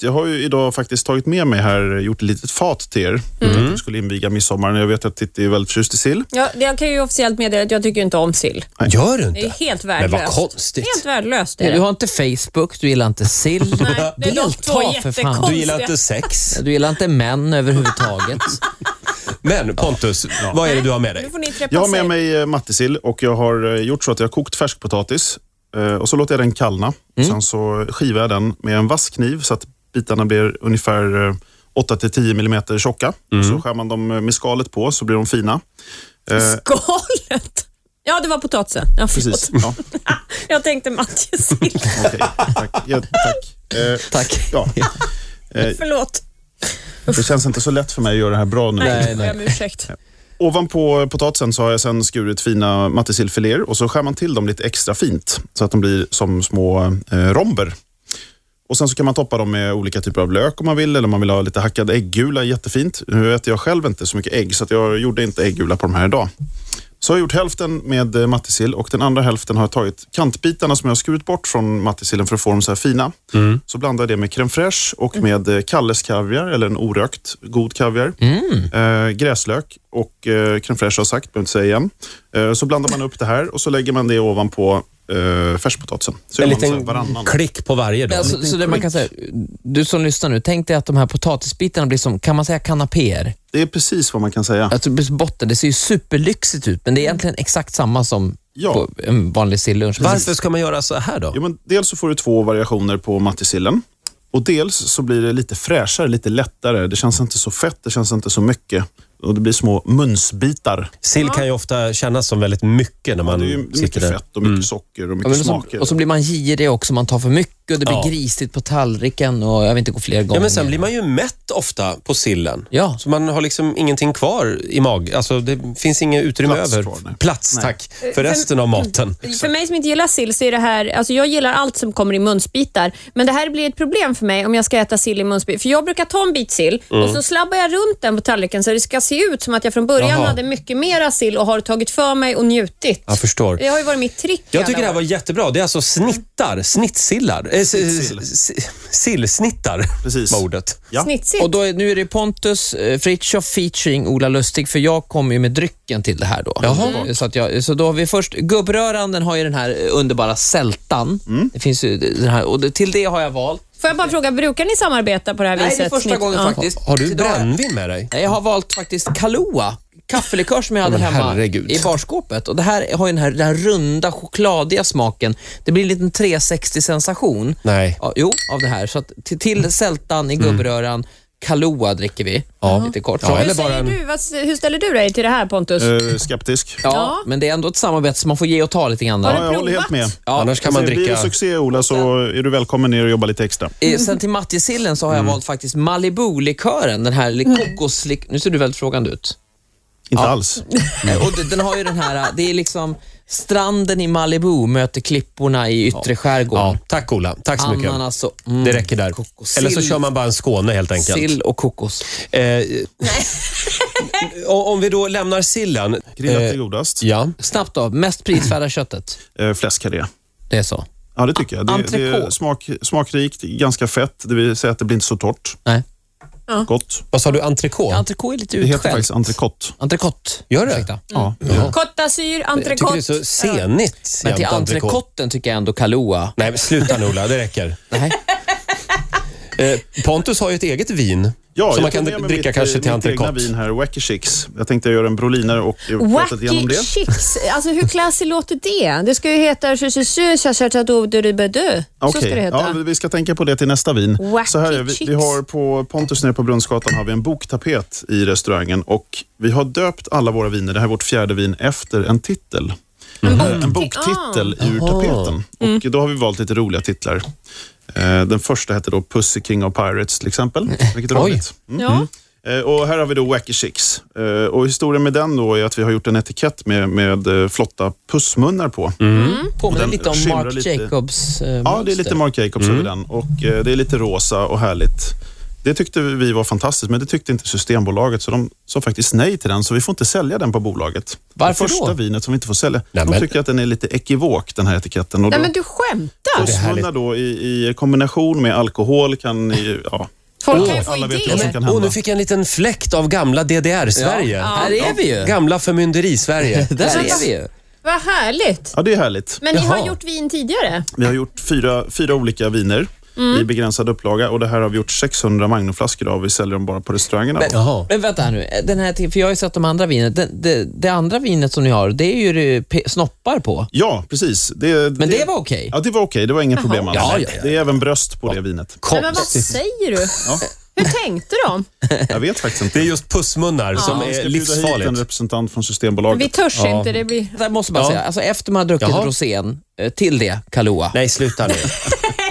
Jag har ju idag faktiskt tagit med mig här, gjort ett litet fat till er. Jag skulle inviga midsommaren. Jag vet att Titti är väldigt förtjust i sill. Ja, jag kan ju officiellt meddela att jag tycker inte om sill. Gör du inte? Det är helt värdelöst. Men vad konstigt. Helt värdelöst är det. Du har inte Facebook, du gillar inte sill. Nej, det är de två jättekonstiga. Du gillar inte sex. Du gillar inte män överhuvudtaget. Men Pontus, vad är det du har med dig? Nu får ni Jag har med mig mattesill och jag har gjort så att jag har kokt färskpotatis. Och så låter jag den kallna. Sen så skivar jag den med en vass kniv så att bitarna blir ungefär 8-10 mm tjocka. Så skär man dem med skalet på så blir de fina. Skalet? Ja, det var potatisen. Ja, precis. Ja. Jag tänkte matjessill. Okej, tack. Ja, tack. Tack. Ja. Förlåt. Det känns inte så lätt för mig att göra det här bra nu. Nej. Jag ber ursäkt. Ovanpå potatisen så har jag sen skurit fina mattesillfiléer och så skär man till dem lite extra fint så att de blir som små romber. Och sen så kan man toppa dem med olika typer av lök om man vill, eller om man vill ha lite hackad äggula, jättefint. Nu äter jag själv inte så mycket ägg så att jag gjorde inte äggula på de här idag. Så jag har gjort hälften med mattesill och den andra hälften har jag tagit kantbitarna som jag har skurit bort från mattesillen för att få dem så här fina. Så blandar jag det med crème fraîche och med Kalles kaviar, eller en orökt god kaviar. Gräslök och crème fraîche har sagt, behöver inte säga igen. Så blandar man upp det här och så lägger man det ovanpå färskpotatisen. Så en man liten varannan klick på varje då. Alltså, så det man kan säga, du som lyssnar nu, tänk dig att de här potatisbitarna blir som, kan man säga, kanapéer? Det är precis vad man kan säga. Alltså botten, det ser ju superlyxigt ut, men det är egentligen exakt samma som på en vanlig sillunch. Varför ska man göra så här då? Jo, men dels så får du 2 variationer på mattesillen. Och dels så blir det lite fräschare, lite lättare. Det känns inte så fett, det känns inte så mycket. Och det blir små munsbitar. Sill kan ju ofta kännas som väldigt mycket när man det är ju mycket där. Fett och mycket socker och mycket smaker. Och så blir man girig också, man tar för mycket och det blir grisigt på tallriken och jag vill inte gå fler gånger. Ja, men sen blir man ju mätt ofta på sillen. Ja. Så man har liksom ingenting kvar i mag. Alltså det finns inget utrymme plats, tack, för resten av maten. För mig som inte gillar sill så är det här, alltså jag gillar allt som kommer i munsbitar, men det här blir ett problem för mig om jag ska äta sill i munsbitar. För jag brukar ta en bit sill och så slabbar jag runt den på tallriken så det ska se ut som att jag från början hade mycket mera sill och har tagit för mig och njutit. Jag förstår. Det har ju varit mitt trick. Jag tycker det här var jättebra. Det är alltså snittsillar. Sillsnittar. Precis. Var ordet. Ja. Snittsill. Och då nu är det Pontus Fritiof featuring Ola Lustig, för jag kommer ju med drycken till det här då. Så då har vi först, gubbröranden har ju den här underbara sältan. Det finns ju den här, och till det har jag valt. Får jag bara fråga, brukar ni samarbeta på det här viset? Nej, det är första gången faktiskt. Har du brännvin med dig? Jag har valt faktiskt Kahlua, kaffelikör som jag hade hemma i barskåpet. Och det här har ju den här runda, chokladiga smaken. Det blir en liten 360-sensation. Nej. Av det här. Så att till sältan i gubbröran, Kahlua dricker vi. Lite kort. Ja, Hur ställer du dig till det här, Pontus? Skeptisk. Ja, men det är ändå ett samarbete så man får ge och ta lite grann. Har du Ja, jag håller helt med. Ja, annars kan man Blir dricka... det succé, Ola, så är du välkommen ner och jobba lite extra. Sen till matjessillen så har jag valt faktiskt Malibu-likören. Den här kokoslikören. Nu ser du väldigt frågande ut. Inte alls. Och den har ju den här, det är liksom stranden i Malibu möter klipporna i yttre skärgården. Ja, tack Ola. Tack så mycket. Ananas och, det räcker där. Kokos. Eller så kör man bara en Skåne helt enkelt. Sill och kokos. Om vi då lämnar sillen. Grillat är godast. Ja. Snabbt då, mest prisvärda köttet. Fläskkarré. Det är så. Ja, det tycker jag. Det är smakrikt, ganska fett. Det vill säga att det blir inte så torrt. Nej. Gott. Vad sa du, entrecote? Entrecote är lite Det heter utskällt. faktiskt entrecote. Entrecote. Gör det? Ursäkta. Ja. Kottasyr, Jag tycker det är entrecote. så senigt. Men till jämt entrecote. entrecoten tycker jag ändå Kahlua. Nej, men sluta nu Ola, det räcker. Nej. Pontus har ju ett eget vin. Ja, som man kan dricka kanske till entrecote. entrecote. Mitt egna vin här, Wacky Chicks. Jag tänkte göra en broliner och prata lite igenom Wacky det. Chicks. Alltså hur classy låter det? Det ska ju heta Så ska det heta. Ja, vi ska tänka på det till nästa vin. Wacky Så här är vi har på Pontus nere på Brunnsgatan har vi en boktapet i restaurangen och vi har döpt alla våra viner, det här är vårt 4:e vin, efter en titel. En boktitel ur tapeten. Och då har vi valt lite roliga titlar. Den första heter då Pussy King of Pirates till exempel. Vilket är roligt. Ja. Och här har vi då Wacky Chicks. Och historien med den då är att vi har gjort en etikett med flotta pussmunnar på. Påminner lite om skimrar Marc lite. Jacobs Ja, det är lite Marc Jacobs över den. Och det är lite rosa och härligt. Det tyckte vi var fantastiskt, men det tyckte inte Systembolaget, så de sa faktiskt nej till den, så vi får inte sälja den på bolaget. Varför det första då? vinet som vi inte får sälja. De tycker att den är lite ekivok, den här etiketten. Och Nej, men du skämtar. Pussmunnar då i kombination med alkohol kan... Folk kan ju få alla vet idéer. vad som kan hända. Nu fick jag en liten fläkt av gamla DDR-Sverige. Här är vi ju. Gamla förmynderi-Sverige. Där är vi ju. Vad härligt. Ja, det är härligt. Men ni har gjort vin tidigare? Vi har gjort fyra olika viner i begränsad upplaga, och det här har vi gjort 600 Magnumflaskor av. Vi säljer dem bara på restaurangerna. Men vänta här nu, den här, för jag har ju sett de andra vinet. Det andra vinet som ni har, det är ju det snoppar på. Ja, precis. Men det var okej? Ja, det var okej. Det var inget problem alls. Ja. Det är även bröst på det vinet. Men vad säger du? Hur tänkte de? Jag vet faktiskt inte. Det är just pussmunnar som Jag är ska bjuda hit en livsfarligt. representant från Systembolaget. Vi törs inte. Det blir... Jag måste bara säga, alltså efter man har druckit rosén, till det Kahlua. Nej, sluta nu.